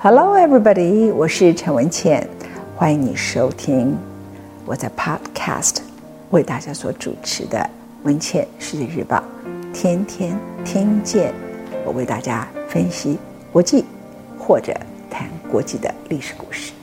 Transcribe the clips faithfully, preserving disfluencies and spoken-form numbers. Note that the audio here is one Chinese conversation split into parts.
Hello, everybody！ 我是陈文茜，欢迎你收听我在 Podcast 为大家所主持的文茜世界日报，天天听见我为大家分析国际或者谈国际的历史故事。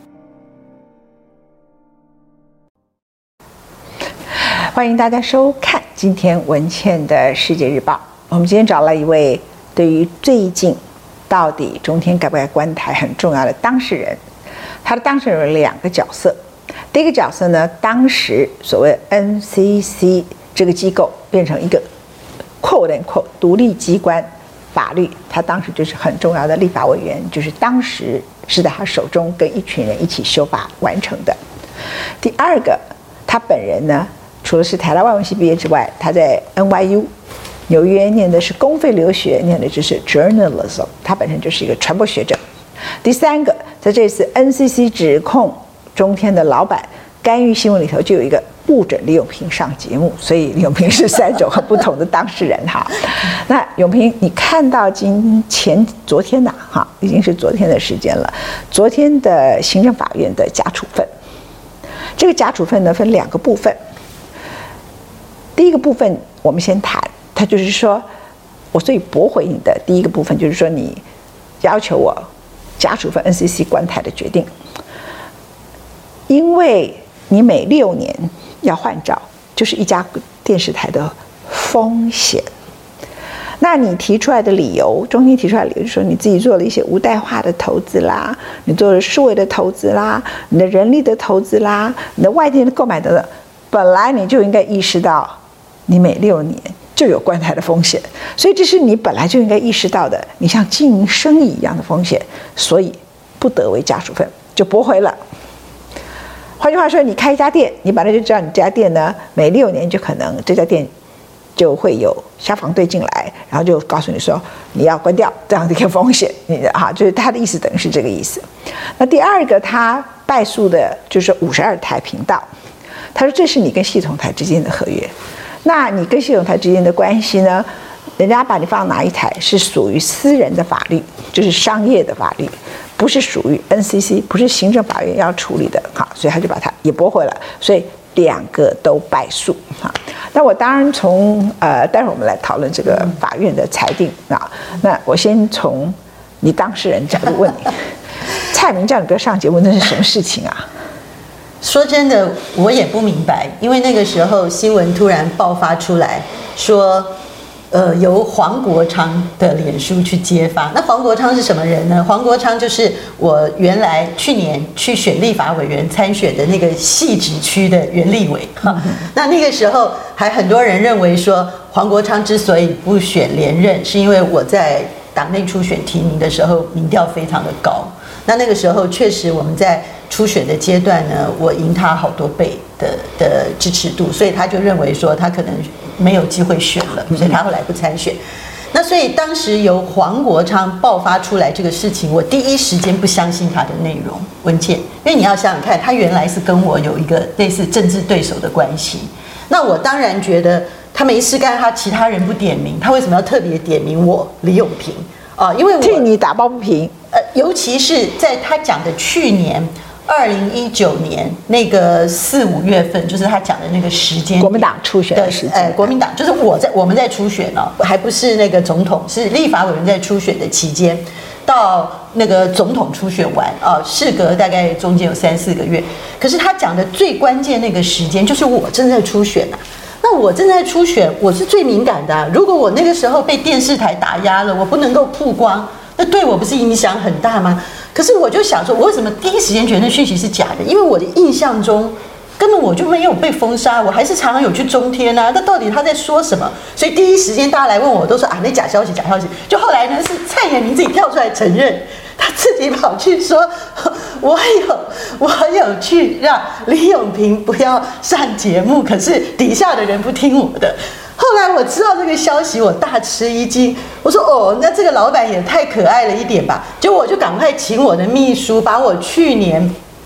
欢迎大家收看今天文茜的世界日报。我们今天找了一位对于最近到底中天该不该关台很重要的当事人，他的当事人有两个角色。第一个角色呢，当时所谓 N C C 这个机构变成一个 quote unquote 独立机关，法律他当时就是很重要的立法委员，就是当时是在他手中跟一群人一起修法完成的。第二个，他本人呢，除了是台大外文系毕业之外，他在 N Y U纽约念的是公费留学，念的就是 journalism， 他本身就是一个传播学者。第三个，在这次 N C C 指控中天的老板干预新闻里头，就有一个不准李永平上节目，所以李永平是三种很不同的当事人哈。那永平，你看到今前昨天的哈，已经是昨天的时间了，昨天的行政法院的假处分，这个假处分呢分两个部分。第一个部分我们先谈。他就是说，我所以驳回你的第一个部分，就是说你要求我假处分 N C C 关台的决定，因为你每六年要换照，就是一家电视台的风险。那你提出来的理由，中天提出来的理由就是说，你自己做了一些无代化的投资啦，你做了数位的投资啦，你的人力的投资啦，你的外电的购买等等，本来你就应该意识到，你每六年就有关台的风险，所以这是你本来就应该意识到的，你像经营生意一样的风险，所以不得为假处分，就驳回了。换句话说，你开一家店，你本来就知道你这家店呢，每六年就可能这家店就会有消防队进来，然后就告诉你说你要关掉这样的一个风险，你哈，就是他的意思等于是这个意思。那第二个，他败诉的就是五十二台频道，他说这是你跟系统台之间的合约。那你跟系统台之间的关系呢？人家把你放哪一台是属于私人的法律，就是商业的法律，不是属于 N C C， 不是行政法院要处理的，好，所以他就把它也驳回了，所以两个都败诉哈。那我当然从呃，待会儿我们来讨论这个法院的裁定啊。那我先从你当事人角度问你，蔡明叫你不要上节目，那是什么事情啊？ 说真的，我也不明白，因为那个时候新闻突然爆发出来说，呃，由黄国昌的脸书去揭发。那黄国昌是什么人呢？黄国昌就是我原来去年去选立法委员参选的那个汐止区的原立委。哈，那那个时候还很多人认为说，黄国昌之所以不选连任，是因为我在党内初选提名的时候民调非常的高。那那个时候确实我们在初选的阶段呢，我赢他好多倍的的支持度，所以他就认为说他可能没有机会选了，所以他后来不参选。那所以当时由黄国昌爆发出来这个事情，我第一时间不相信他的内容文件，因为你要想想看，他原来是跟我有一个类似政治对手的关系，那我当然觉得他没事干，他其他人不点名，他为什么要特别点名我李永平啊？因为我替你打抱不平。 呃，尤其是在他讲的去年二零一九年那个四五月份，就是他讲的那个时间， 国民党初选的时间， 呃，国民党就是我在我们在初选哦，还不是那个总统，是立法委员在初选的期间，到那个总统初选完啊，事隔大概中间有三四个月。可是他讲的最关键那个时间，就是我正在初选啊。那我正在初选，我是最敏感的啊。如果我那个时候被电视台打压了，我不能够曝光。那对我不是影响很大吗？可是我就想说，我为什么第一时间觉得那讯息是假的？因为我的印象中根本我就没有被封杀，我还是常常有去中天啊。那到底他在说什么？所以第一时间大家来问我，都说啊，那假消息，假消息。就后来呢，是蔡衍明自己跳出来承认，他自己跑去说，我有我有去让李永平不要上节目，可是底下的人不听我的。后来我知道这个消息，我大吃一惊。我说：“哦，那这个老板也太可爱了一点吧？”结果我就赶快请我的秘书，把我去年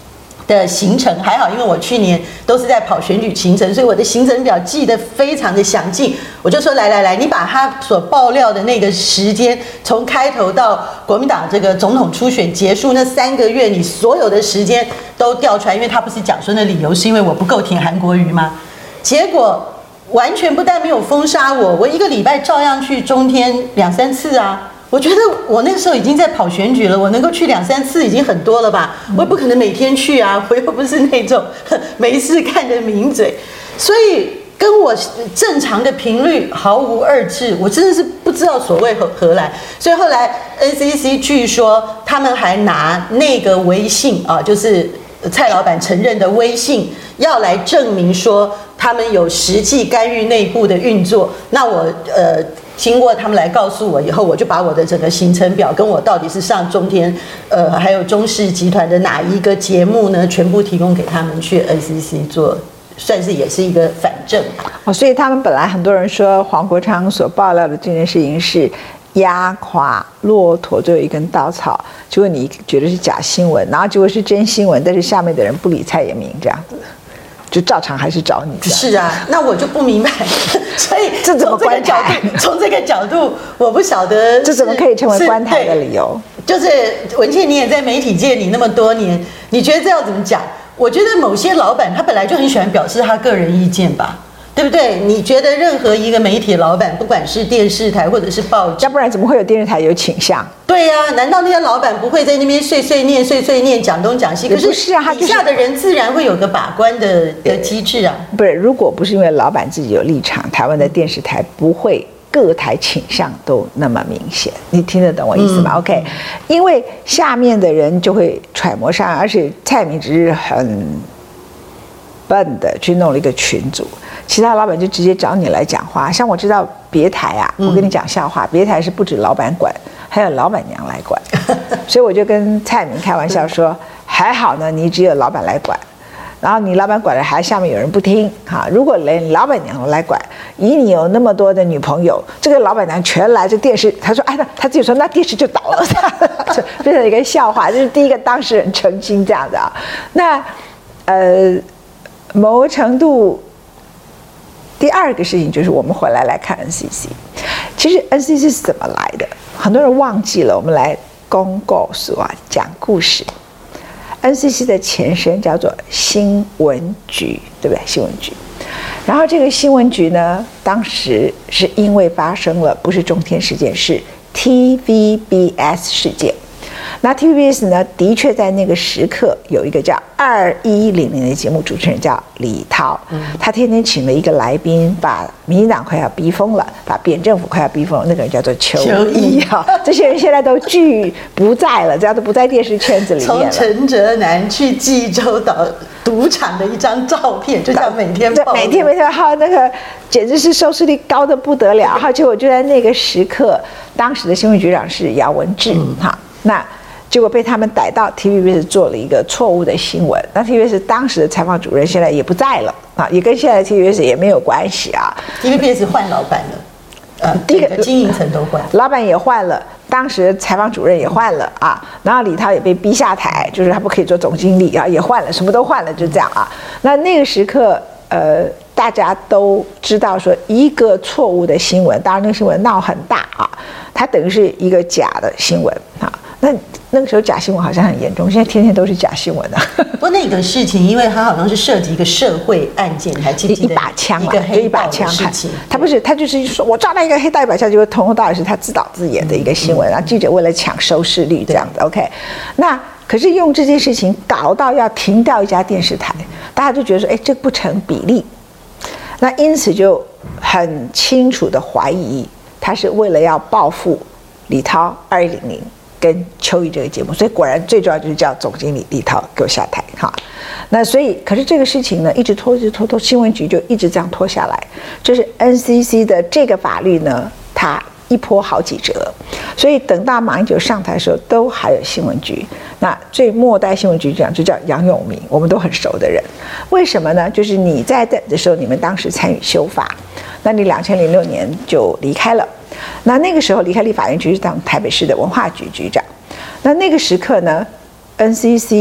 的行程，还好，因为我去年都是在跑选举行程，所以我的行程表记得非常的详尽。我就说来来来，你把他所爆料的那个时间，从开头到国民党这个总统初选结束那三个月，你所有的时间都调出来，因为他不是讲说那理由是因为我不够挺韩国瑜吗？结果完全不但没有封杀我，我一个礼拜照样去中天两三次啊。我觉得我那个时候已经在跑选举了，我能够去两三次已经很多了吧？我也不可能每天去啊，我又不是那种没事干的名嘴，所以跟我正常的频率毫无二致，我真的是不知道所谓何何来。所以后来 N C C 据说他们还拿那个微信啊，就是蔡老板承认的微信，要来证明说他们有实际干预内部的运作。那我呃。经过他们来告诉我以后，我就把我的整个行程表跟我到底是上中天，呃，还有中视集团的哪一个节目呢，全部提供给他们去 N C C 做，算是也是一个反证吧。 哦，所以他们本来很多人说黄国昌所爆料的这件事情是压垮骆驼最后一根稻草，结果你觉得是假新闻，然后结果是真新闻，但是下面的人不理蔡衍明这样子。就照常还是找你。 是啊，那我就不明白，所以这怎么关台？ 从这个角度，我不晓得这怎么可以成为关台的理由？ 就是文茜，你也在媒体界你那么多年，你觉得这要怎么讲？我觉得某些老板他本来就很喜欢表示他个人意见吧。对不对？你觉得任何一个媒体老板，不管是电视台或者是报纸， 要不然怎么会有电视台有倾向？ 对呀、啊，难道那些老板不会在那边碎碎念、碎碎念讲东讲西？可是是啊， 底下的人自然会有个把关的的机制啊。 不是，如果不是因为老板自己有立场，台湾的电视台不会各台倾向都那么明显。你听得懂我意思吗、嗯、？OK， 因为下面的人就会揣摩上，而且蔡明只是很笨的去弄了一个群组。其他老板就直接找你来讲话，像我知道别台啊，我跟你讲笑话，别台是不止老板管，还有老板娘来管，所以我就跟蔡明开玩笑说，还好呢，你只有老板来管，然后你老板管了，还下面有人不听哈。如果连老板娘来管，以你有那么多的女朋友，这个老板娘全来这电视，他说，哎，那他自己说那电视就倒了，变成一个笑话，这是第一个当事人澄清这样的啊。那呃，某程度。第二个事情就是我们回来来看 N C C， 其实 N C C 是怎么来的？很多人忘记了，我们来公告诉啊，讲故事。N C C 的前身叫做新闻局，对不对？新闻局。然后这个新闻局呢，当时是因为发生了不是中天事件，是 T V B S 事件。那 T V B S 呢，的确在那个时刻有一个叫二一零零的节目主持人叫李涛，他天天请了一个来宾，把民进党快要逼疯了，把扁政府快要逼疯了，那个人叫做邱毅哈。这些人现在都俱不在了，这样都不在电视圈子里面了。 从陈哲男去济州岛赌场的一张照片，就像每天报每天每天哈，那个简直是收视率高的不得了。哈，结果就在那个时刻，当时的新闻局长是姚文智哈，那。结果被他们逮到 T V B S 做了一个错误的新闻，那 T V B S 当时的采访主任现在也不在了啊，也跟现在的 T V B S 也没有关系啊。 T V B S 换老板了，呃，第一个经营层都换， 老板也换了，当时采访主任也换了啊，然后李涛也被逼下台，就是他不可以做总经理啊，也换了，什么都换了，就这样啊。那那个时刻，呃，大家都知道说一个错误的新闻，当然那个新闻闹很大啊，它等于是一个假的新闻啊。那那个时候假新闻好像很严重，现在天天都是假新闻啊。 不过那个事情，因为它好像是涉及一个社会案件，你还记不记得？ 一把枪， 一个黑道的事情。他不是，他就是说我抓到一个黑道一把枪，结果从头到尾是他自导自演的一个新闻，然后记者为了抢收视率这样子。OK， 那可是用这件事情搞到要停掉一家电视台，大家就觉得说，哎，这不成比例。那因此就很清楚的怀疑，他是为了要报复李涛二一零零。跟邱毅这个节目，所以果然最重要就是叫总经理李涛给我下台哈。那所以，可是这个事情呢，一直拖，一直拖，拖新闻局就一直这样拖下来。就是 N C C 的这个法律呢，它一波好几折，所以等到马英九上台的时候，都还有新闻局。那最末代新闻局长就叫杨永明，我们都很熟的人。为什么呢？就是你在的时候，你们当时参与修法，那你两千零六年就离开了。那那个时候离开立法院局是当台北市的文化局局长。那那个时刻呢 ，N C C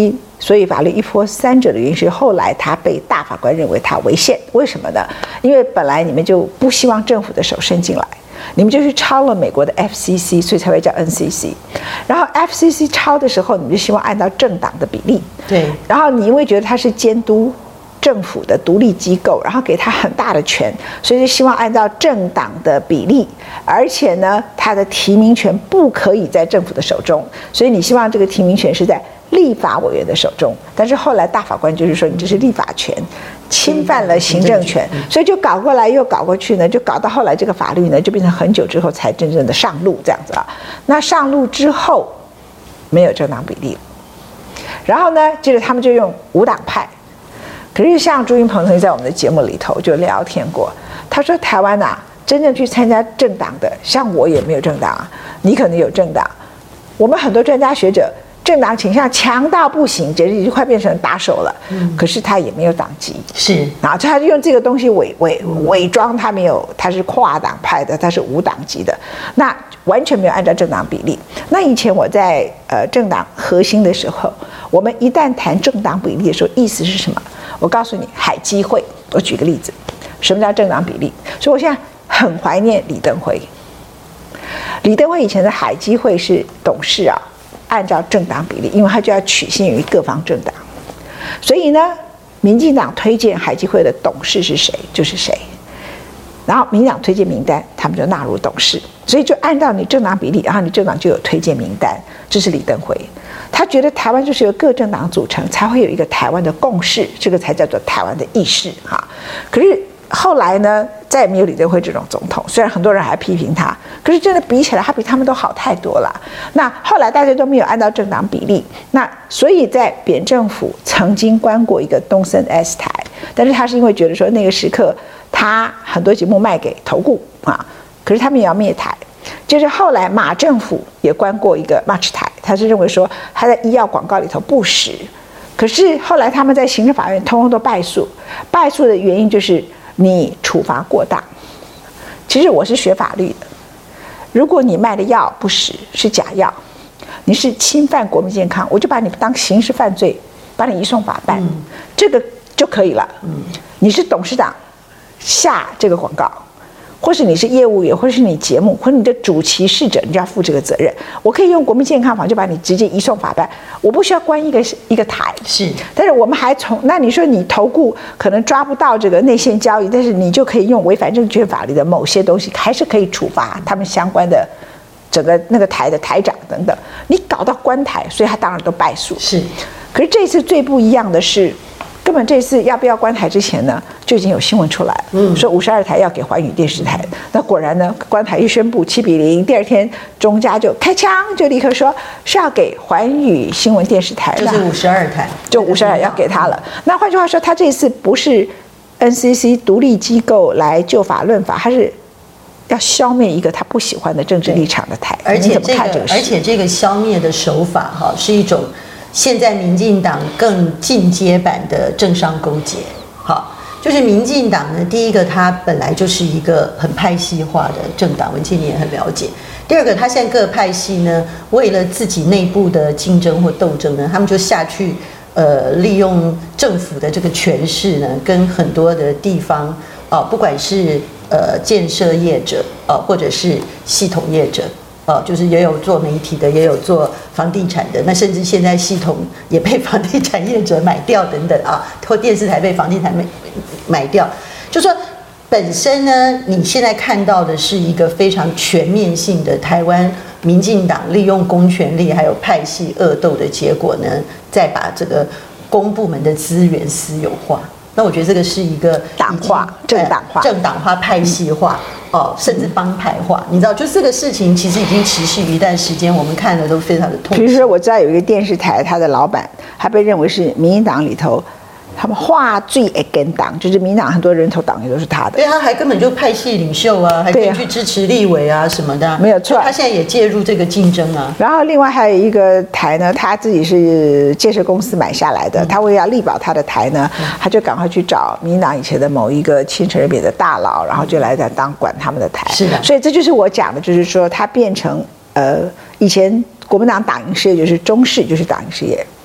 所以法律一波三折的原因是后来他被大法官认为他违宪，为什么呢？因为本来你们就不希望政府的手伸进来，你们就是抄了美国的 F C C， 所以才会叫 N C C。然后 F C C 抄的时候，你们就希望按照政党的比例， 对。 然后你因为觉得它是监督政府的独立机构，然后给他很大的权，所以就希望按照政党的比例，而且呢，他的提名权不可以在政府的手中，所以你希望这个提名权是在立法委员的手中。但是后来大法官就是说，你这是立法权侵犯了行政权，所以就搞过来又搞过去呢，就搞到后来这个法律呢，就变成很久之后才真正的上路这样子啊。那上路之后没有政党比例了，然后呢，接着他们就用无党派。可是像朱云鹏曾经在我们的节目里头就聊天过，他说台湾啊，真正去参加政党的，像我也没有政党啊，你可能有政党，我们很多专家学者政党倾向强到不行，简直已经快变成打手了。嗯，可是他也没有党籍， 是， 然后他就用这个东西伪伪伪装他没有，他是跨党派的，他是无党籍的，那完全没有按照政党比例。那以前我在呃政党核心的时候，我们一旦谈政党比例的时候，意思是什么？我告诉你，海基会，我举个例子，什么叫政党比例？所以我现在很怀念李登辉。李登辉以前的海基会是董事啊，按照政党比例，因为他就要取信于各方政党，所以呢，民进党推荐海基会的董事是谁就是谁，然后民进党推荐名单，他们就纳入董事，所以就按照你政党比例，然后你政党就有推荐名单，这是李登辉。他觉得台湾就是由各政党组成，才会有一个台湾的共识，这个才叫做台湾的意识哈。可是后来呢，再也没有李登辉这种总统，虽然很多人还批评他，可是真的比起来，他比他们都好太多了。那后来大家都没有按照政党比例，那所以在扁政府曾经关过一个东森 S 台，但是他是因为觉得说那个时刻他很多节目卖给投顾啊，可是他们也要灭台。就是后来马政府也关过一个 Match 台，他是认为说他在医药广告里头不实，可是后来他们在行政法院通通都败诉，败诉的原因就是你处罚过大。其实我是学法律的，如果你卖的药不实，是假药，你是侵犯国民健康，我就把你当刑事犯罪，把你移送法办，嗯、这个就可以了。嗯、你是董事长下这个广告。或是你是业务员，或是你节目，或者你的主其事者，你就要负这个责任。我可以用国民健康法就把你直接移送法办，我不需要关一个一个台。 是， 但是我们还从那你说你投顾可能抓不到这个内线交易，但是你就可以用违反证券法律的某些东西，还是可以处罚他们相关的整个那个台的台长等等。你搞到关台，所以他当然都败诉。 是， 可是这次最不一样的是。根本这次要不要关台之前呢，就已经有新闻出来了，嗯、说五十二台要给环宇电视台。那果然呢，关台一宣布七比零，第二天中嘉就开枪，就立刻说是要给环宇新闻电视台， 就是五十二台， 就五十二要给他了。那换句话说，他这次不是 N C C 独立机构来就法论法，他是要消灭一个他不喜欢的政治立场的台。 而且这个， 而且这个消灭的手法哈，是一种。现在民进党更进阶版的政商勾结，好，就是民进党呢，第一个它本来就是一个很派系化的政党，文茜你也很了解。第二个，它现在各派系呢，为了自己内部的竞争或斗争呢，他们就下去呃，利用政府的这个权势呢，跟很多的地方啊、呃，不管是呃建设业者啊、呃，或者是系统业者。哦，就是也有做媒体的，也有做房地产的，那甚至现在系统也被房地产业者买掉等等啊，或电视台被房地产买买掉，就说本身呢，你现在看到的是一个非常全面性的台湾民进党利用公权力还有派系恶斗的结果呢，再把这个公部门的资源私有化。那我觉得这个是一个党化、政党化、 政党化、派系化，哦，甚至帮派化。你知道，就这个事情其实已经持续一段时间，我们看了都非常的痛。 比如说，我知道有一个电视台，它的老板还被认为是民进党里头。他们话最爱跟党，就是民党很多人头党也都是他的。 对，他还根本就派系领袖啊，还可以去支持立委啊什么的、啊， 没有错。 他现在也介入这个竞争啊。 然后另外还有一个台呢，他自己是建设公司买下来的，嗯、他为了力保他的台呢，嗯、他就赶快去找民党以前的某一个清城人民的大佬，然后就来当管他们的台。 是的， 所以这就是我讲的，就是说他变成呃，以前国民党党营事业就是中视，就是党营事业。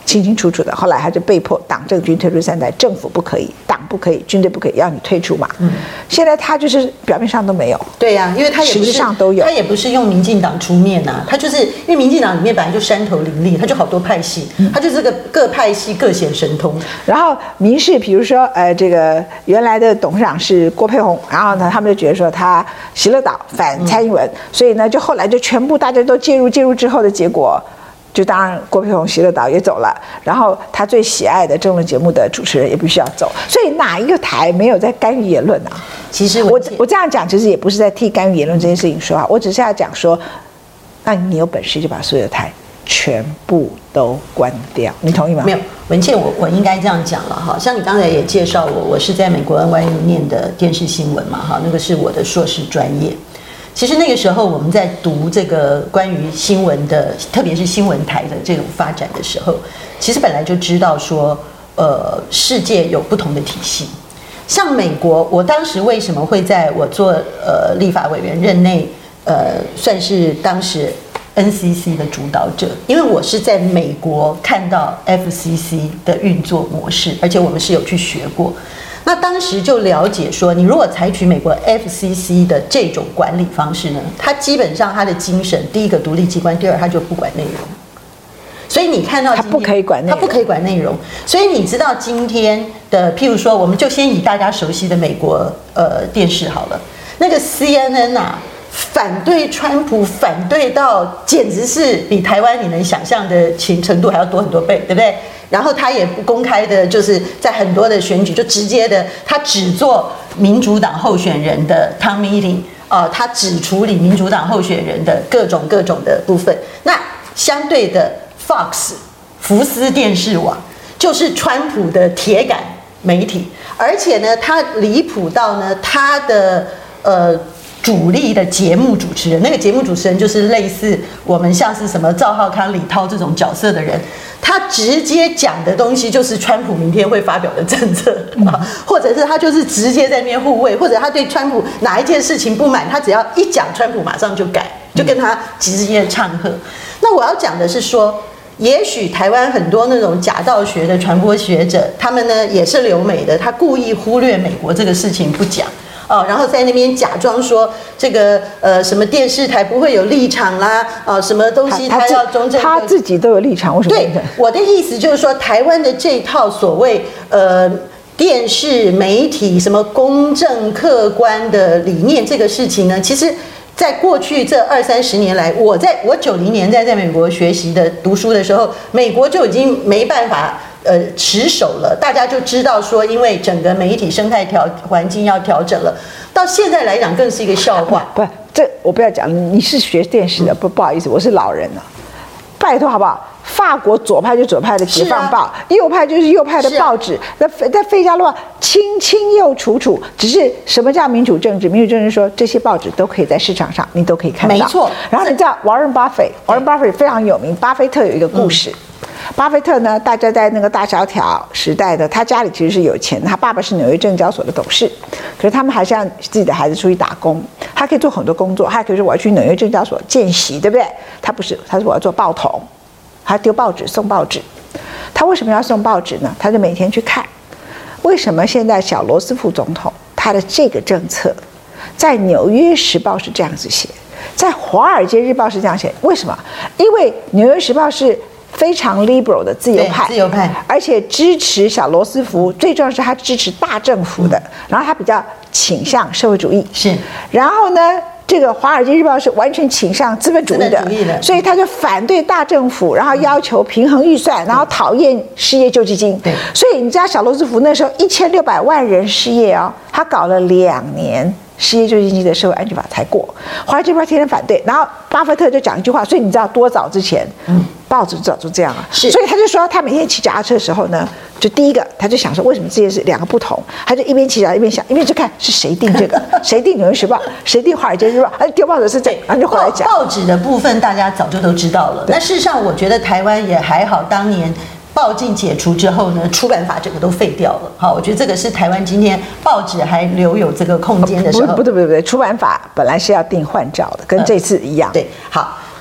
清清楚楚的。后来他就被迫党政军退出三台，政府不可以，党不可以，军队不可以，要你退出嘛。嗯，现在他就是表面上都没有。 对呀、啊，因为他也不是实质上都有， 他也不是用民进党出面呐、啊，他就是因为民进党里面本来就山头林立，他就好多派系，他就是个各派系各显神通。 然后民视，比如说呃，这个原来的董事长是郭佩宏，然后呢，他们就觉得说他喜乐岛反蔡英文，嗯、所以呢，就后来就全部大家都介入，介入之后的结果。就当然，郭佩宏、喜乐岛也走了，然后他最喜爱的政论节目的主持人也必须要走，所以哪一个台没有在干预言论啊？ 其实我我这样讲，其实也不是在替干预言论这件事情说话，我只是要讲说，那你有本事就把所有的台全部都关掉，你同意吗？ 没有，文茜，我我应该这样讲了哈。像你刚才也介绍我，我是在美国 N Y U 念的电视新闻嘛哈，那个是我的硕士专业。其实那个时候我们在读这个关于新闻的，特别是新闻台的这种发展的时候，其实本来就知道说，呃，世界有不同的体系。像美国，我当时为什么会在我做呃立法委员任内，呃，算是当时 N C C 的主导者，因为我是在美国看到 F C C 的运作模式，而且我们是有去学过。那当时就了解说，你如果采取美国 F C C 的这种管理方式呢，它基本上它的精神，第一个独立机关，第二它就不管内容。所以你看到它不可以管内容， 它不可以管内容。所以你知道今天的，譬如说，我们就先以大家熟悉的美国呃电视好了，那个 C N N 啊，反对川普，反对到简直是比台湾你能想象的程度还要多很多倍，对不对？然后他也不公开的，就是在很多的选举就直接的，他只做民主党候选人的 town meeting 啊、呃，他只处理民主党候选人的各种各种的部分。那相对的 Fox 福斯电视网就是川普的铁杆媒体，而且呢，他离谱到呢，他的呃。主力的节目主持人，那个节目主持人就是类似我们像是什么赵浩康、李涛这种角色的人，他直接讲的东西就是川普明天会发表的政策，嗯、或者是他就是直接在那边护卫，或者他对川普哪一件事情不满，他只要一讲川普马上就改，就跟他直接唱和。那我要讲的是说，也许台湾很多那种假道学的传播学者，他们呢也是留美的，他故意忽略美国这个事情不讲。哦，然后在那边假装说这个呃什么电视台不会有立场啦，啊、呃、什么东西他要中正， 他自己都有立场，为什么？ 对，我的意思就是说，台湾的这套所谓呃电视媒体什么公正客观的理念，这个事情呢，其实在过去这二三十年来，我在我九零年代在美国学习的读书的时候，美国就已经没办法。呃，持守了，大家就知道说，因为整个媒体生态调环境要调整了，到现在来讲更是一个笑话。 不，这我不要讲，你是学电视的，不不好意思，我是老人了，拜托好不好？法国左派就左派的《解放报》，啊、右派就是右派的报纸。那、啊、在费加罗清清又楚楚，只是什么叫民主政治？民主政治说这些报纸都可以在市场上，你都可以看到。 没错。 然后你知道 Warren Buffett，Warren Buffett 非常有名，巴菲特有一个故事。嗯巴菲特呢，大家在那个大萧条时代的，他家里其实是有钱，他爸爸是纽约证交所的董事，可是他们还是让自己的孩子出去打工，他可以做很多工作，他还可以说我要去纽约证交所见习，对不对？他不是，他说我要做报童，他丢报纸送报纸。他为什么要送报纸呢？他就每天去看，为什么现在小罗斯福总统他的这个政策，在纽约时报是这样子写，在华尔街日报是这样写，为什么？因为纽约时报是非常 liberal 的自由派， 自由派， 而且支持小罗斯福，最重要是他支持大政府的，然后他比较倾向社会主义， 是。 然后呢，这个《华尔街日报》是完全倾向资本主义的， 资本主义的， 所以他就反对大政府，然后要求平衡预算，然后讨厌失业救济金。 对， 所以你知道小罗斯福那时候一千六百万人失业哦，他搞了两年。失业救济金的社会安全法才过，华尔街日报天天反对，然后巴菲特就讲一句话，所以你知道多早之前，嗯，报纸早就这样了， 是， 所以他就说他每天骑脚踏车的时候呢，就第一个他就想说为什么这件事两个不同，他就一边骑脚一边想，一边就看是谁定这个，谁定纽约时报，谁定华尔街日报，他丢报纸是这，然后就回来讲报纸的部分大家早就都知道了。那事实上我觉得台湾也还好，当年。报禁解除之后呢，出版法整个都废掉了。好，我觉得这个是台湾今天报纸还留有这个空间的时候。 不对不对不对，出版法本来是要定换照的，跟这次一样。 嗯、对，好，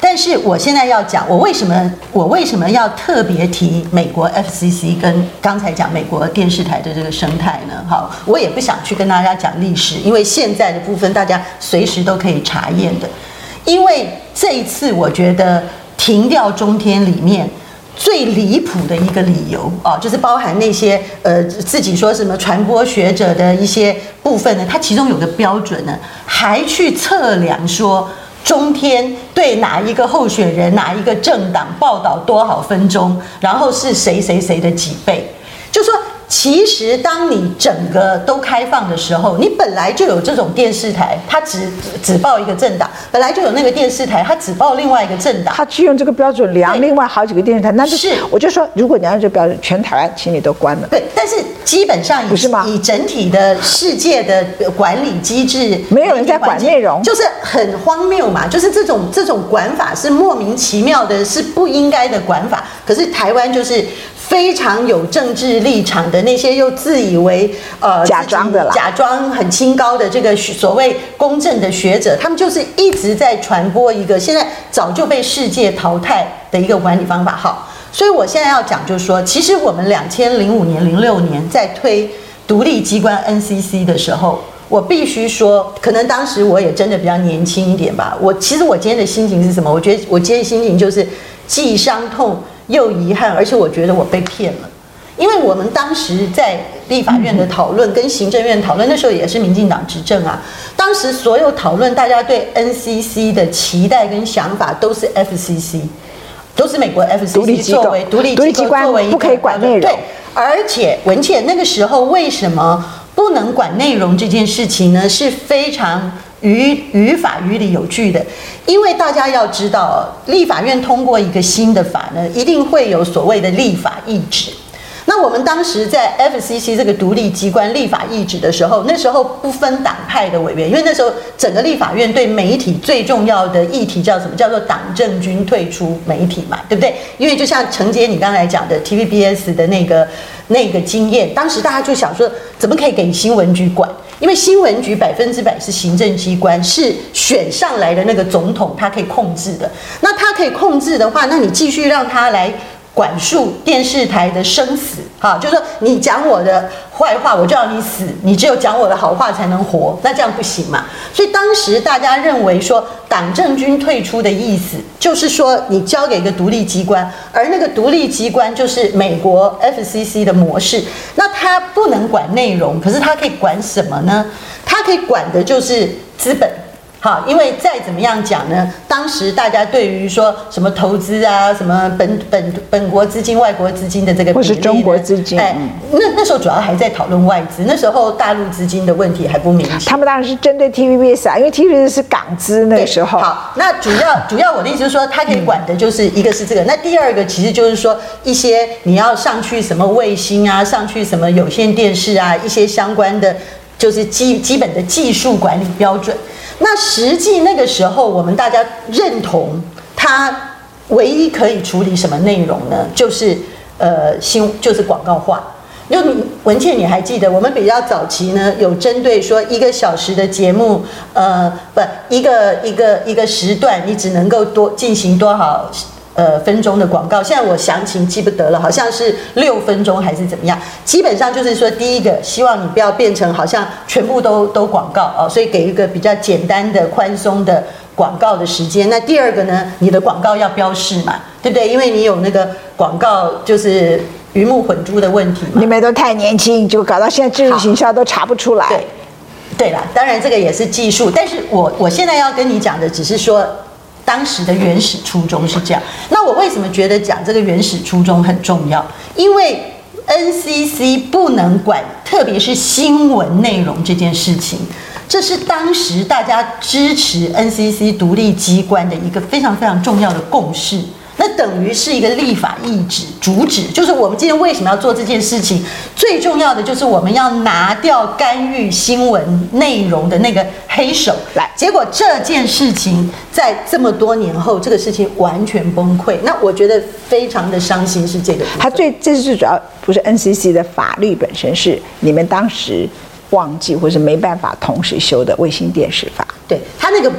但是我现在要讲，我为什么我为什么要特别提美国 F C C 跟刚才讲美国电视台的这个生态呢？好，我也不想去跟大家讲历史，因为现在的部分大家随时都可以查验的。因为这一次，我觉得停掉中天里面最离谱的一个理由啊，就是包含那些呃自己说什么传播学者的一些部分呢，它其中有个标准呢，还去测量说中天对哪一个候选人、哪一个政党报道多少分钟，然后是谁谁谁的几倍，就说。其实，当你整个都开放的时候，你本来就有这种电视台，它只只报一个政党；本来就有那个电视台，它只报另外一个政党。 它去用这个标准量另外好几个电视台，那就是我就说，如果你按这个标准，全台湾请你都关了。 对，但是基本上以不是吗？ 以整体的世界的管理机制， 没有人在管内容， 就是很荒谬嘛。就是这种这种管法是莫名其妙的，是不应该的管法。可是台湾就是非常有政治立场的。那些又自以为呃假装的啦， 假装很清高的这个所谓公正的学者，他们就是一直在传播一个现在早就被世界淘汰的一个管理方法。好，所以我现在要讲就是说，其实我们两千零五年、零六年在推独立机关 N C C 的时候，我必须说，可能当时我也真的比较年轻一点吧。我其实我今天的心情是什么？我觉得我今天的心情就是既伤痛又遗憾，而且我觉得我被骗了。因为我们当时在立法院的讨论跟行政院讨论，那时候也是民进党执政啊。当时所有讨论，大家对 N C C 的期待跟想法都是 F C C， 都是美国 F C C 作为独立机构作为一个不可以管内容。 对，而且文茜那个时候为什么不能管内容这件事情呢？是非常于于法于理有据的，因为大家要知道，立法院通过一个新的法呢，一定会有所谓的立法意旨。那我们当时在 F C C 这个独立机关立法意旨的时候，那时候不分党派的委员，因为那时候整个立法院对媒体最重要的议题叫什么？叫做党政军退出媒体嘛，对不对？因为就像承接你刚才讲的 T V B S 的那个那个经验，当时大家就想说，怎么可以给新闻局管？因为新闻局百分之百是行政机关，是选上来的那个总统他可以控制的。那他可以控制的话，那你继续让他来管束电视台的生死，哈，就是说你讲我的坏话，我就要你死；你只有讲我的好话才能活，那这样不行嘛。所以当时大家认为说，党政军退出的意思，就是说你交给一个独立机关，而那个独立机关就是美国 F C C 的模式。那它不能管内容，可是它可以管什么呢？它可以管的就是资本。好，因为再怎么样讲呢，当时大家对于说什么投资啊，什么本本本国资金、外国资金的这个比例， 或是中国资金， 哎，那那时候主要还在讨论外资，那时候大陆资金的问题还不明显。 他们当然是针对 T V B S 啊，因为 T V B S 是港资那个时候。 好，那主要主要我的意思就是说，他可以管的就是一个是这个，那第二个其实就是说一些你要上去什么卫星啊，上去什么有线电视啊，一些相关的就是基基本的技术管理标准。那实际那个时候，我们大家认同它唯一可以处理什么内容呢？就是呃新就是广告化。就文茜，你还记得我们比较早期呢，有针对说一个小时的节目，呃，不，一个一个一个时段，你只能够多进行多少呃分钟的广告？现在我详情记不得了，好像是六分钟还是怎么样？基本上就是说，第一个希望你不要变成好像全部都都广告哦，所以给一个比较简单的、宽松的广告的时间。那第二个呢，你的广告要标示嘛，对不对？因为你有那个广告就是鱼目混珠的问题嘛。 你们都太年轻，就搞到现在智慧行销都查不出来。 对，对啦，当然这个也是技术，但是我我现在要跟你讲的只是说。当时的原始初衷是这样，那我为什么觉得讲这个原始初衷很重要？因为 N C C 不能管，特别是新闻内容这件事情，这是当时大家支持 N C C 独立机关的一个非常非常重要的共识。那等于是一个立法意旨主旨，就是我们今天为什么要做这件事情？最重要的就是我们要拿掉干预新闻内容的那个黑手。来，结果这件事情在这么多年后，这个事情完全崩溃。那我觉得非常的伤心，是这个。 它最这是最主要，不是 N C C 的法律本身，是你们当时忘记或是没办法同时修的卫星电视法。 对，它那个不。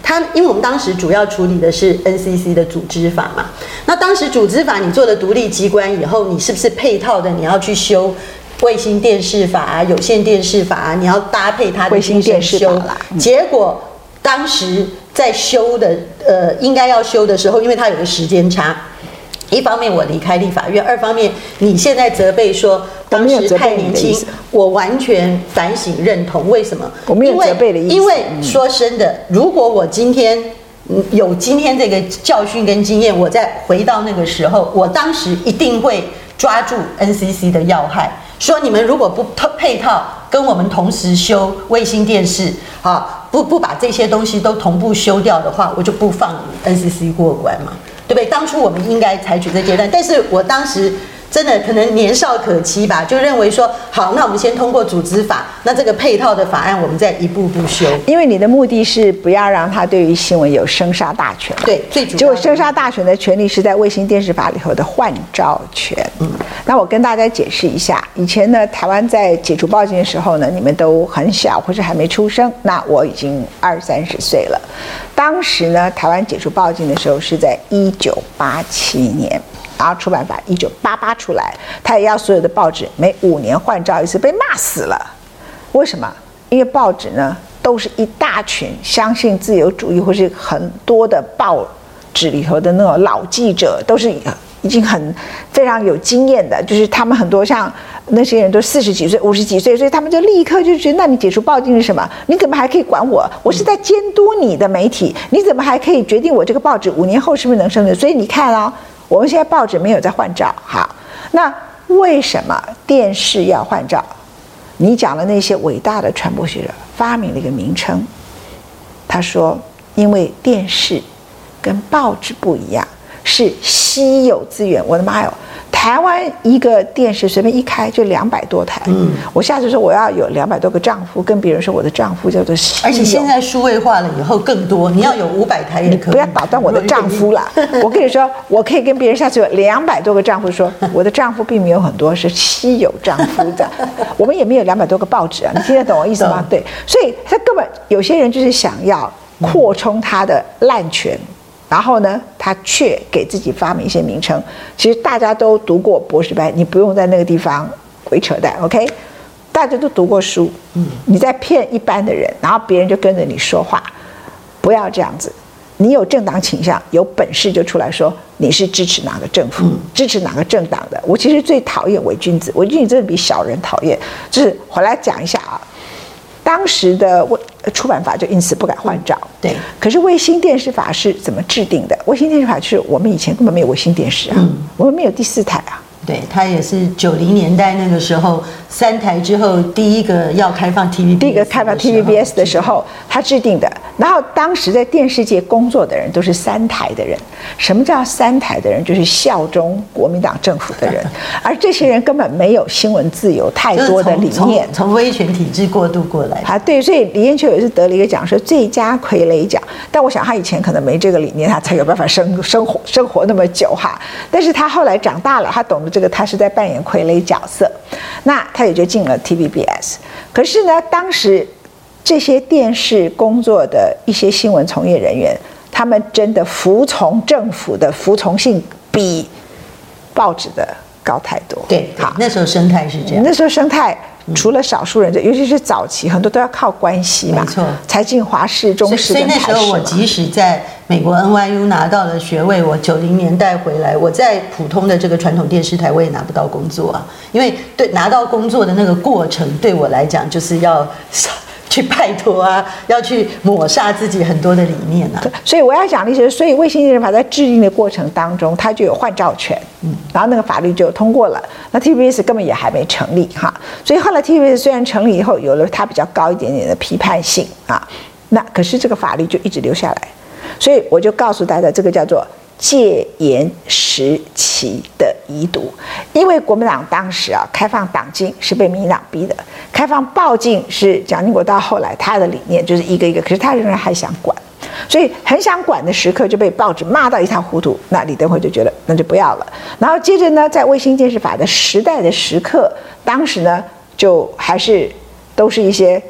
他因为我们当时主要处理的是 N C C 的组织法嘛，那当时组织法你做了独立机关以后，你是不是配套的你要去修卫星电视法啊、有线电视法啊，你要搭配它的精神修？嗯、结果当时在修的呃应该要修的时候，因为它有个时间差。一方面我离开立法院，二方面你现在责备说当时太年轻，我完全反省认同。为什么？ 我没有责备的意思。 因为说真的，如果我今天有今天这个教训跟经验，我再回到那个时候，我当时一定会抓住 N C C 的要害，说你们如果不配套跟我们同时修卫星电视啊，不不把这些东西都同步修掉的话，我就不放 N C C 过关嘛。对不对？当初我们应该采取这阶段，但是我当时真的可能年少可期吧，就认为说，好，那我们先通过组织法，那这个配套的法案我们再一步步修。 因为你的目的是不要让他对于新闻有生杀大权。 对，最主要。 结果生杀大权的权利是在卫星电视法里头的换照权。嗯，那我跟大家解释一下，以前呢，台湾在解除报禁的时候呢，你们都很小或是还没出生，那我已经二三十岁了。当时呢，台湾解除报禁的时候是在一九八七年，然后出版法一九八八出来，他也要所有的报纸每五年换照一次，被骂死了。为什么？因为报纸呢都是一大群相信自由主义或是很多的报纸里头的那种老记者，都是已经很非常有经验的，就是他们很多像那些人都四十几岁、五十几岁，所以他们就立刻就觉得，那你解除报禁是什么？你怎么还可以管我？我是在监督你的媒体，你怎么还可以决定我这个报纸五年后是不是能生存？所以你看啊、哦，我们现在报纸没有在换照，好，那为什么电视要换照？你讲的那些伟大的传播学者发明了一个名称，他说，因为电视跟报纸不一样。是稀有资源，我的妈哟！台湾一个电视随便一开就两百多台，嗯，我下次说我要有两百多个丈夫，跟别人说我的丈夫叫做稀有。 而且现在数位化了以后更多，你要有五百台也可以。 你不要打断我的丈夫啦！我跟你说，我可以跟别人下次有两百多个丈夫说，我的丈夫并没有很多，是稀有丈夫的。我们也没有两百多个报纸啊，你听得懂我意思吗？对，所以他根本有些人就是想要扩充他的滥权。然后呢，他却给自己发明一些名称。其实大家都读过博士班，你不用在那个地方鬼扯淡 ，OK？ 大家都读过书，嗯，你在骗一般的人，然后别人就跟着你说话，不要这样子。你有政党倾向，有本事就出来说你是支持哪个政府，嗯、支持哪个政党的。我其实最讨厌伪君子，伪君子真的比小人讨厌。就是回来讲一下啊。当时的出版法就因此不敢换照， 对。 可是卫星电视法是怎么制定的？卫星电视法就是我们以前根本没有卫星电视啊，嗯、我们没有第四台啊。 对，它也是九零年代那个时候三台之后第一个要开放 T V B S， 第一个开放 T V B S 的时候，他制定的。然后当时在电视界工作的人都是三台的人。什么叫三台的人？就是效忠国民党政府的人，而这些人根本没有新闻自由太多的理念， 从威权体制过渡过来啊。对，所以李彦秋也是得了一个奖，说最佳傀儡奖。但我想他以前可能没这个理念，他才有办法生生活生活那么久哈。但是他后来长大了，他懂得这个，他是在扮演傀儡角色，那他也就进了 T V B S。可是呢，当时这些电视工作的一些新闻从业人员，他们真的服从政府的服从性比报纸的高太多。 对，好，那时候生态是这样。 那时候生态除了少数人，尤其是早期，很多都要靠关系嘛， 没错， 才进华视、中视跟台视。所以那时候我即使在美国 N Y U 拿到了学位，我九零年代回来，我在普通的这个传统电视台我也拿不到工作啊，因为对拿到工作的那个过程对我来讲就是要去拜托啊，要去抹杀自己很多的理念啊。 所以我要讲的是，所以卫星电视法在制定的过程当中，它就有换照权，嗯，然后那个法律就通过了。那 T V B S 根本也还没成立哈，所以后来 T V B S 虽然成立以后有了它比较高一点点的批判性啊，那可是这个法律就一直留下来。所以我就告诉大家，这个叫做戒严时期的遗毒。因为国民党当时啊开放党禁是被民进党逼的，开放报禁是蒋经国到后来他的理念就是一个一个，可是他仍然还想管，所以很想管的时刻就被报纸骂到一塌糊涂。那李登辉就觉得那就不要了。然后接着呢，在卫星电视法的时代的时刻，当时呢就还是都是一些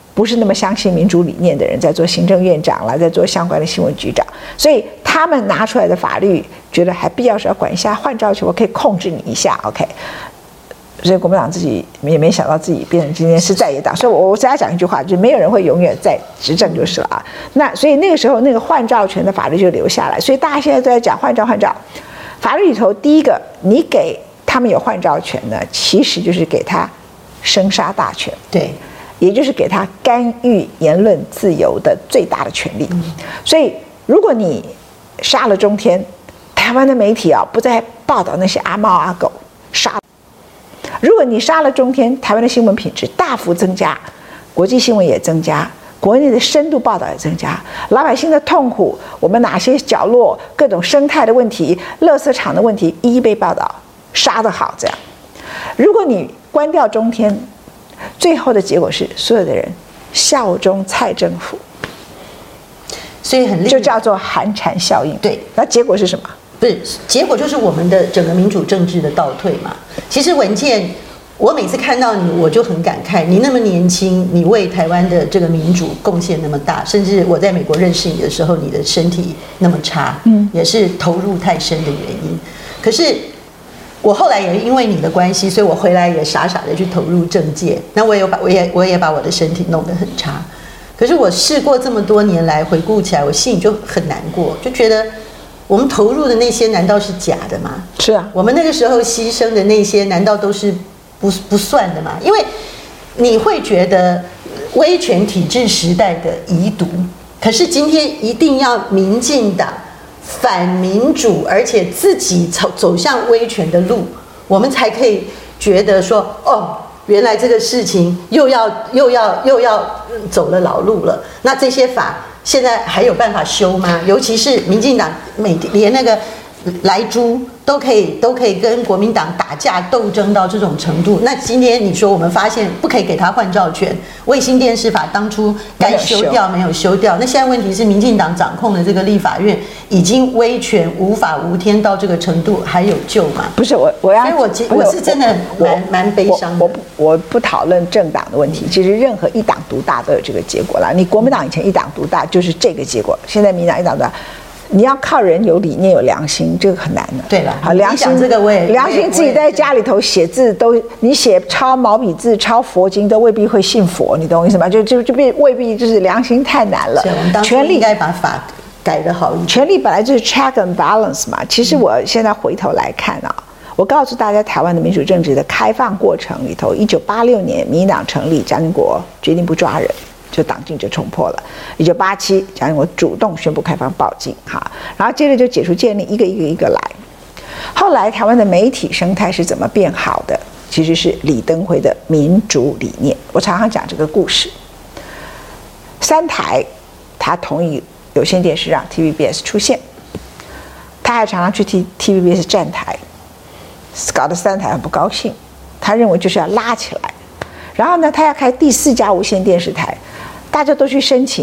不是那么相信民主理念的人在做行政院长啦，在做相关的新闻局长，所以他们拿出来的法律，觉得还必要时要管一下换照权，我可以控制你一下 ，OK。所以国民党自己也没想到自己变成今天是在野党，所以我我只要讲一句话，就是没有人会永远在执政就是了啊。那所以那个时候那个换照权的法律就留下来，所以大家现在都在讲换照换照。法律里头第一个，你给他们有换照权呢，其实就是给他生杀大权， 对， 也就是给他干预言论自由的最大的权利。嗯、所以如果你杀了中天，台湾的媒体啊不再报道那些阿猫阿狗杀。如果你杀了中天，台湾的新闻品质大幅增加，国际新闻也增加，国内的深度报道也增加，老百姓的痛苦，我们哪些角落各种生态的问题、垃圾场的问题一一被报道，杀得好这样。如果你关掉中天，最后的结果是所有的人效忠蔡政府， 所以很就叫做寒蝉效应。 对， 那结果是什么？ 不是，结果就是我们的整个民主政治的倒退嘛。其实文茜，我每次看到你，我就很感慨，你那么年轻，你为台湾的这个民主贡献那么大，甚至我在美国认识你的时候，你的身体那么差，嗯，也是投入太深的原因。可是我后来也因为你的关系，所以我回来也傻傻的去投入政界，那我也有把我也我也把我的身体弄得很差。可是我试过这么多年来回顾起来，我心里就很难过，就觉得。我们投入的那些难道是假的吗？ 是啊， 我们那个时候牺牲的那些难道都是不不算的吗？因为你会觉得威权体制时代的遗毒，可是今天一定要民进党反民主，而且自己走走向威权的路，我们才可以觉得说，哦，原来这个事情又要又要又要走了老路了。那这些法。现在还有办法修吗？尤其是民进党每连那个莱猪都可以都可以跟国民党打架斗争到这种程度，那今天你说我们发现不可以给他换照权，卫星电视法当初该修掉没有修掉，那现在问题是民进党掌控的这个立法院已经威权无法无天到这个程度，还有救吗？ 不是我我要， 所以我我是真的蛮蛮悲伤的。 我不我不讨论政党的问题，其实任何一党独大都有这个结果啦。你国民党以前一党独大就是这个结果，现在民进党一党独大。你要靠人有理念有良心，这个很难的。 对了， 好，良心这个我也良心自己在家里头写字都，你写抄毛笔字、抄佛经都未必会信佛，你懂我意思吗？就就就变未必就是良心太难了。 我们当初应该把法改得好一点。 权力本来就是 check and balance 嘛。其实我现在回头来看啊，我告诉大家，台湾的民主政治的开放过程里头，一九八六年民进党成立，蒋经国决定不抓人。就党禁就冲破了。一九八七，蒋经国主动宣布开放报禁，哈，然后接着就解除建立，一个一个一个来。后来台湾的媒体生态是怎么变好的？其实是李登辉的民主理念。我常常讲这个故事。三台，他同意有线电视让 T V B S 出现，他还常常去替 T V B S 站台，搞得三台很不高兴。他认为就是要拉起来。然后呢，他要开第四家无线电视台，大家都去申请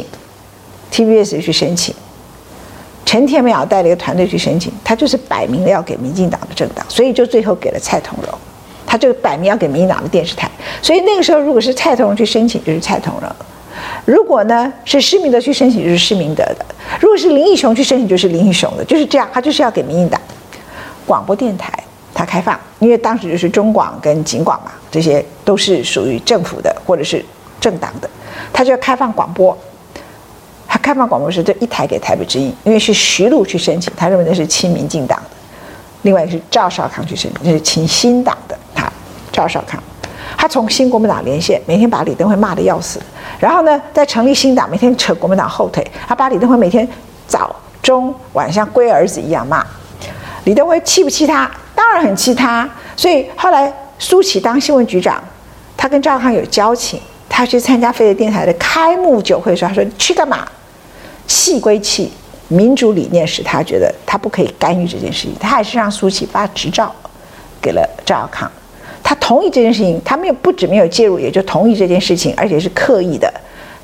，T V B S 去申请，陈田淼带了一个团队去申请，他就是摆明了要给民进党的政党，所以就最后给了蔡同荣，他就摆明要给民进党的电视台。所以那个时候，如果是蔡同荣去申请，就是蔡同荣；如果呢是施明德去申请，就是施明德的；如果是林义雄去申请，就是林义雄的，就是这样，他就是要给民进党。广播电台它开放，因为当时就是中广跟警广嘛，这些都是属于政府的或者是政党的，他就要开放广播。他开放广播时，这一台给台北之音，因为是徐璐去申请，他认为那是亲民进党的；另外一个是赵少康去申请，那是亲新党的。他赵少康，他从新国民党连线，每天把李登辉骂得要死，然后呢，再成立新党，每天扯国民党后腿，他把李登辉每天早中晚像龟儿子一样骂。李登辉气不气他？当然很气他。所以后来苏起当新闻局长，他跟赵少康有交情，他去参加飞碟电台的开幕酒会的时候，他说去干嘛？气归气，民主理念使他觉得他不可以干预这件事情，他还是让苏起发执照给了赵少康。他同意这件事情，他没有不止没有介入，也就同意这件事情，而且是刻意的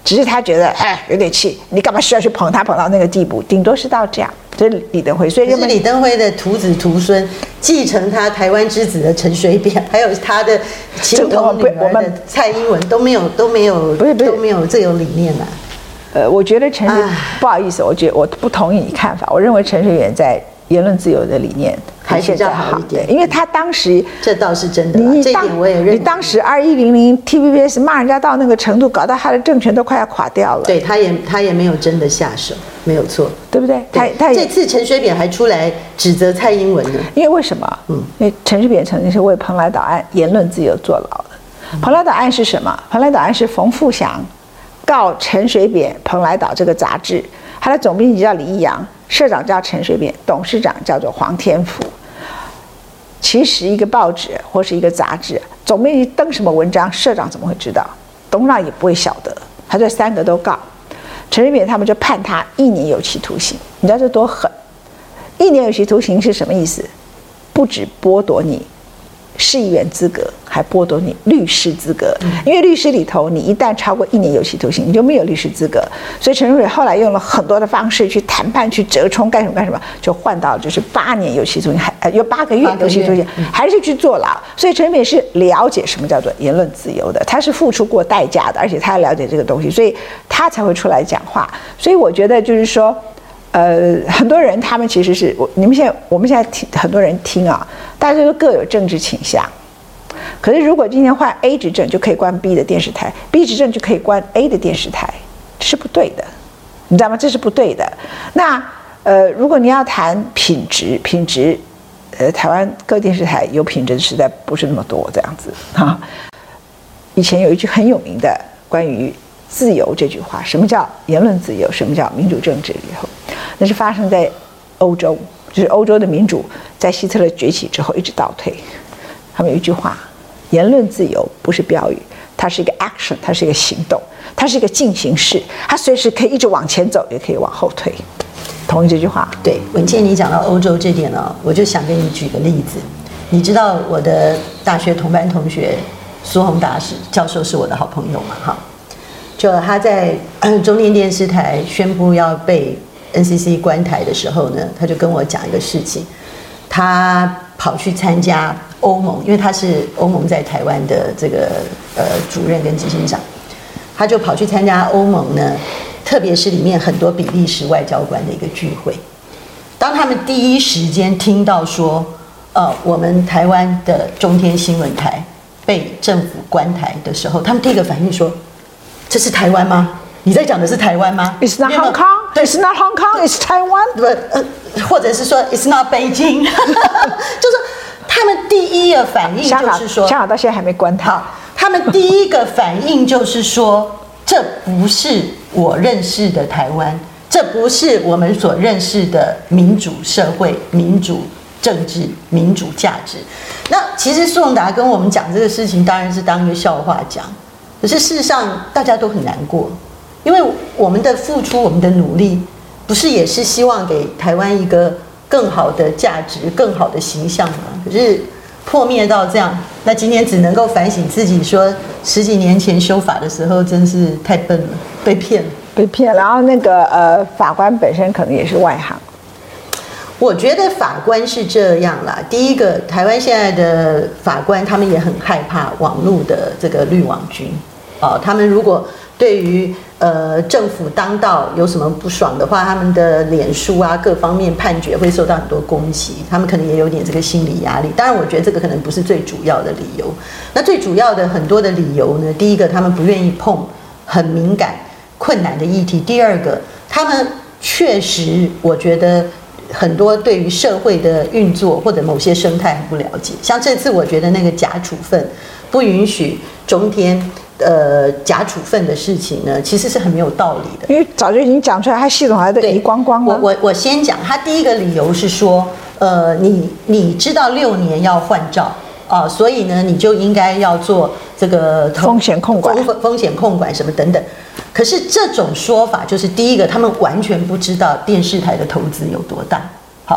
只是他觉得哎有点气，你干嘛需要去捧他捧到那个地步？顶多是到这样。这是李登辉，所以是李登辉的徒子徒孙继承他台湾之子的陈水扁，还有他的情同女儿的蔡英文都没有都没有不是不是都没有这有理念啊。 呃，我觉得陈水不好意思，我觉得我不同意你看法。我认为陈水扁在言论自由的理念还是比较好一点， 因为他当时这倒是真的，这一点我也认同。 你当时二一零零 T V B S 骂人家到那个程度，搞到他的政权都快要垮掉了。 对，他也他也没有真的下手，没有错， 对不对？他他这次陈水扁还出来指责蔡英文呢， 因为为什么？嗯，因为陈水扁曾经是为蓬莱岛案言论自由坐牢的。蓬莱岛案是什么？蓬莱岛案是冯富祥告陈水扁《蓬莱岛》这个杂志，他的总编辑叫李义阳，社长叫陈水扁，董事长叫做黄天福。其实一个报纸或是一个杂志，总编辑登什么文章，社长怎么会知道？董事长也不会晓得。他这三个都告陈水扁，他们就判他一年有期徒刑。你知道这多狠？一年有期徒刑是什么意思？不止剥夺你市议员资格，还剥夺你律师资格。因为律师里头，你一旦超过一年有期徒刑，你就没有律师资格。所以陈水扁后来用了很多的方式去谈判、去折冲，干什么干什么，就换到就是八年有期徒刑，还呃有八个月有期徒刑，还是去坐牢。所以陈水扁是了解什么叫做言论自由的，他是付出过代价的，而且他了解这个东西，所以他才会出来讲话。所以我觉得就是说。呃，很多人他们其实是我，你们现在我们现在听很多人听啊，大家都各有政治倾向。可是如果今天换 A 执政，就可以关 B 的电视台 ；B 执政就可以关 A 的电视台，这是不对的，你知道吗？这是不对的。那呃，如果你要谈品质，品质，呃，台湾各电视台有品质的实在不是那么多，这样子啊。以前有一句很有名的关于自由这句话，什么叫言论自由？什么叫民主政治？以后，那是发生在欧洲，就是欧洲的民主在希特勒崛起之后一直倒退。他们有一句话：言论自由不是标语，它是一个 action， 它是一个行动，它是一个进行式，它随时可以一直往前走，也可以往后退。同意这句话？ 对，文茜，你讲到欧洲这点呢、哦，我就想给你举个例子。你知道我的大学同班同学苏宏达是教授，是我的好朋友嘛？哈。就他在中天电视台宣布要被 N C C 关台的时候呢，他就跟我讲一个事情，他跑去参加欧盟，因为他是欧盟在台湾的这个呃主任跟执行长，他就跑去参加欧盟呢，特别是里面很多比利时外交官的一个聚会。当他们第一时间听到说，呃，我们台湾的中天新闻台被政府关台的时候，他们第一个反应说，这是台湾吗？你在讲的是台湾吗 ？It's not Hong Kong. It's not Hong Kong. It's Taiwan. 不，呃，或者是说 It's not Beijing. 就是他们第一个反应就是说， 香港到现在还没关台。 好，他们第一个反应就是说，这不是我认识的台湾，这不是我们所认识的民主社会、民主政治、民主价值。那其实苏宏达跟我们讲这个事情，当然是当一个笑话讲。可是事实上，大家都很难过，因为我们的付出、我们的努力，不是也是希望给台湾一个更好的价值、更好的形象吗？可是破灭到这样，那今天只能够反省自己，说十几年前修法的时候真是太笨了，被骗了， 被骗。然后那个呃，法官本身可能也是外行。 我觉得法官是这样啦。第一个，台湾现在的法官他们也很害怕网络的这个滤网军。哦，他们如果对于呃政府当道有什么不爽的话，他们的脸书啊各方面判决会受到很多攻击，他们可能也有点这个心理压力。当然，我觉得这个可能不是最主要的理由。那最主要的很多的理由呢，第一个，他们不愿意碰很敏感、困难的议题；第二个，他们确实，我觉得很多对于社会的运作或者某些生态很不了解。像这次，我觉得那个假处分不允许中天。呃，假处分的事情呢，其实是很没有道理的， 因为早就已经讲出来，他系统还都移光光了。 我我我先讲，他第一个理由是说，呃，你你知道六年要换照啊、呃，所以呢，你就应该要做这个风险控管、 风风险控管什么等等。可是这种说法，就是第一个，他们完全不知道电视台的投资有多大。好，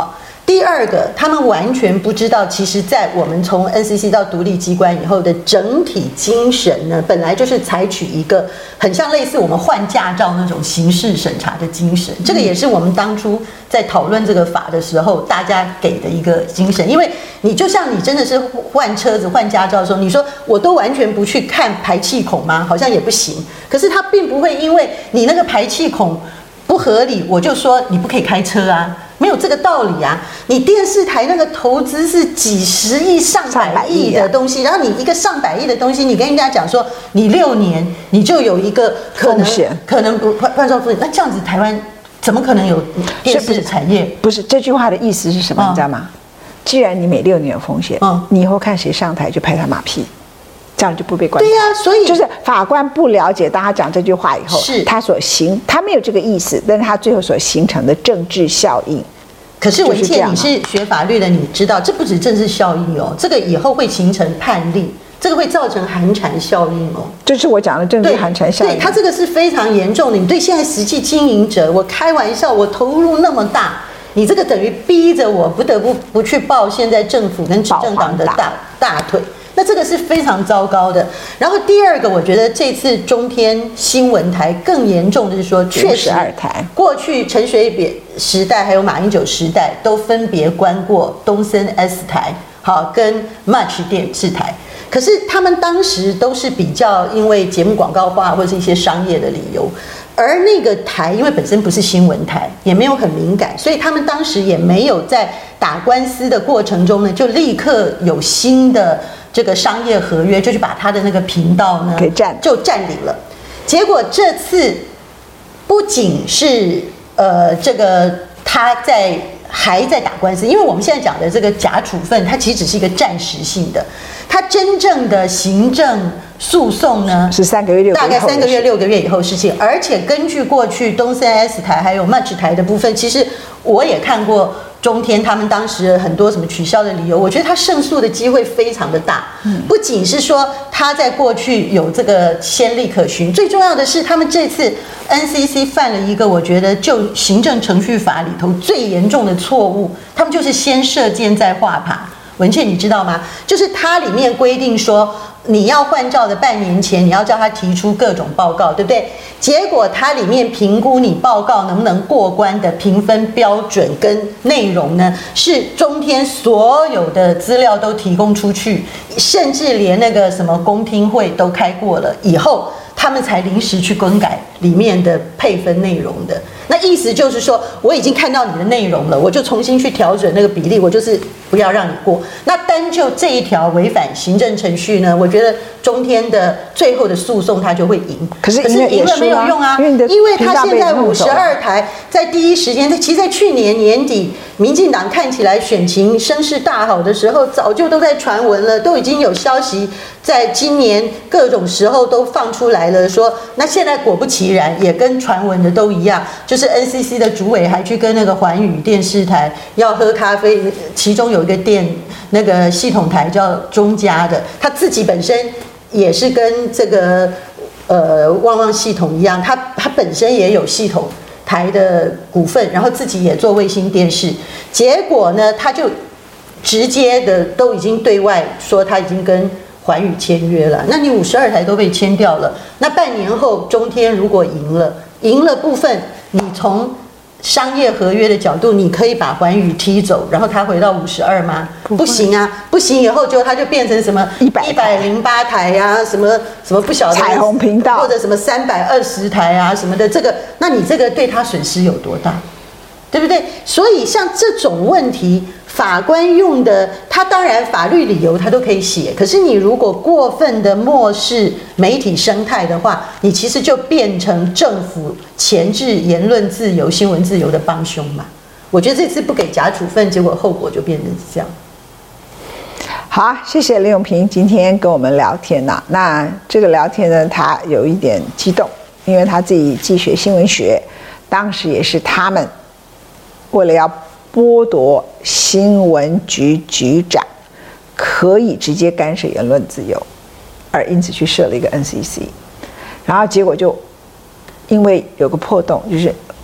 第二个，他们完全不知道，其实，在我们从 N C C 到独立机关以后的整体精神呢，本来就是采取一个很像类似我们换驾照那种刑事审查的精神。这个也是我们当初在讨论这个法的时候，大家给的一个精神。因为你就像你真的是换车子、换驾照的时候，你说我都完全不去看排气孔吗？好像也不行。可是他并不会因为你那个排气孔不合理，我就说你不可以开车啊。没有这个道理啊！你电视台那个投资是几十亿、上百亿的东西，然后你一个上百亿的东西，你跟人家讲说你六年你就有一个可能可能不换算风险，那这样子台湾怎么可能有电视产业？ 不是这句话的意思是什么？嗯、你知道吗？既然你每六年有风险，嗯，你以后看谁上台就拍他马屁。这样就不被关。 对呀、啊，所以就是法官不了解，当他讲这句话以后， 是他所形，他没有这个意思，但是他最后所形成的政治效应。 可是文茜，你是学法律的，你知道这不止政治效应哦，这个以后会形成判例，这个会造成寒蝉效应哦。 这是我讲的政治寒蝉效应。 对，它这个是非常严重的。你对现在实际经营者，我开玩笑，我投入那么大，你这个等于逼着我不得不不去抱现在政府跟执政党的大大腿。那这个是非常糟糕的。然后第二个，我觉得这次中天新闻台更严重的是说，确实过去陈水扁时代还有马英九时代都分别关过东森 S 台，好跟 Much 电视台。可是他们当时都是比较因为节目广告化或者是一些商业的理由，而那个台因为本身不是新闻台，也没有很敏感，所以他们当时也没有在打官司的过程中呢，就立刻有新的这个商业合约，就去把他的那个频道呢给占就占领了。结果这次不仅是呃这个他在还在打官司，因为我们现在讲的这个假处分，它其实只是一个暂时性的，它真正的行政诉讼呢是三个月六个月大概三个月六个月以后事情。而且根据过去东森 S 台还有 Much 台的部分，其实我也看过中天他们当时很多什么取消的理由，我觉得他胜诉的机会非常的大。不仅是说他在过去有这个先例可循，最重要的是他们这次 N C C 犯了一个我觉得就行政程序法里头最严重的错误，他们就是先射箭再画靶。文茜你知道吗？就是它里面规定说你要换照的半年前，你要叫他提出各种报告，对不对？结果它里面评估你报告能不能过关的评分标准跟内容呢，是中天所有的资料都提供出去，甚至连那个什么公听会都开过了以后，他们才临时去更改里面的配分内容的。那意思就是说，我已经看到你的内容了，我就重新去调整那个比例，我就是不要让你过。那单就这一条违反行政程序呢，我觉得中天的最后的诉讼他就会赢。 可是赢了没有用啊，因为他现在五十二台在第一时间，其实在去年年底，民进党看起来选情声势大好的时候，早就都在传闻了，都已经有消息在今年各种时候都放出来了，说那现在果不其然，也跟传闻的都一样，就是 N C C 的主委还去跟那个环宇电视台要喝咖啡，其中有一个电那个系统台叫中嘉的，他自己本身也是跟这个呃旺旺系统一样，他他本身也有系统台的股份，然后自己也做卫星电视，结果呢，他就直接的都已经对外说他已经跟环宇签约了，那你五十二台都被签掉了，那半年后中天如果赢了，赢了部分，你从商业合约的角度，你可以把环宇踢走，然后他回到五十二吗？不行啊，不行，以后就他就变成什么一百零八台呀、啊，什么什么不晓得彩虹频道， 或者什么三百二十台啊什么的，这个，那你这个对他损失有多大？对不对？所以像这种问题，法官用的，他当然法律理由他都可以写，可是你如果过分的漠视媒体生态的话，你其实就变成政府钳制言论自由、新闻自由的帮凶嘛。我觉得这次不给假处分，结果后果就变成这样。 好啊，谢谢林永平今天跟我们聊天呐、啊。那这个聊天呢，他有一点激动，因为他自己既学新闻学，当时也是他们为了要剥夺新闻局局长可以直接干涉言论自由，而因此去设了一个 N C C， 然后结果就因为有个破洞，就是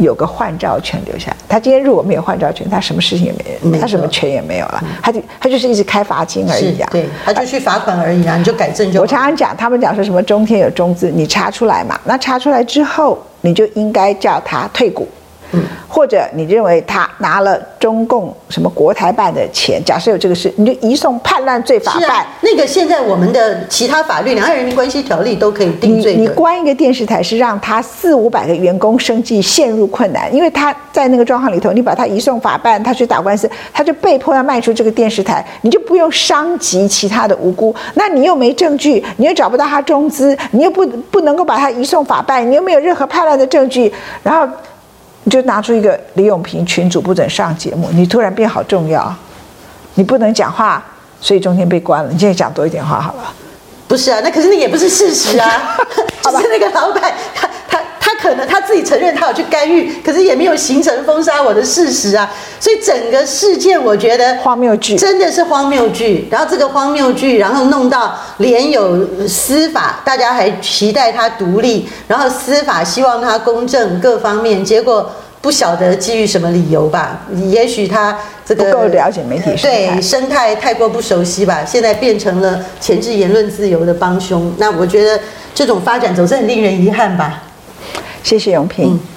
有个换照权留下来。他今天如果没有换照权，他什么事情也没有，他什么权也没有了，他就他就是一直开罚金而已啊。 对，他就去罚款而已啊，你就改正就好。 我常常讲，他们讲说什么中天有中资，你查出来嘛，那查出来之后，你就应该叫他退股。嗯，或者你认为他拿了中共什么国台办的钱，假设有这个事，你就移送叛乱罪法办。 啊、那个现在我们的其他法律，《两岸人民关系条例》都可以定罪的。 你你关一个电视台是让他四五百个员工生计陷入困难，因为他在那个状况里头，你把他移送法办，他去打官司，他就被迫要卖出这个电视台，你就不用伤及其他的无辜。那你又没证据，你又找不到他中资，你又不不能够把他移送法办，你又没有任何叛乱的证据，然后。你就拿出一个李永平群主不准上节目，你突然变好重要，你不能讲话，所以中天被关了。你现在讲多一点话好了。 不是啊，那可是那也不是事实啊，就是那个老板他他他可能他自己承认他有去干预，可是也没有形成封杀我的事实啊。所以整个事件我觉得荒谬剧， 真的是荒谬剧。然后这个荒谬剧，然后弄到连有司法，大家还期待他独立，然后司法希望他公正各方面，结果不晓得基于什么理由吧？也许他这个不够了解媒体生态， 对生态太过不熟悉吧，现在变成了钳制言论自由的帮凶。那我觉得这种发展总是很令人遗憾吧。 谢谢永平。嗯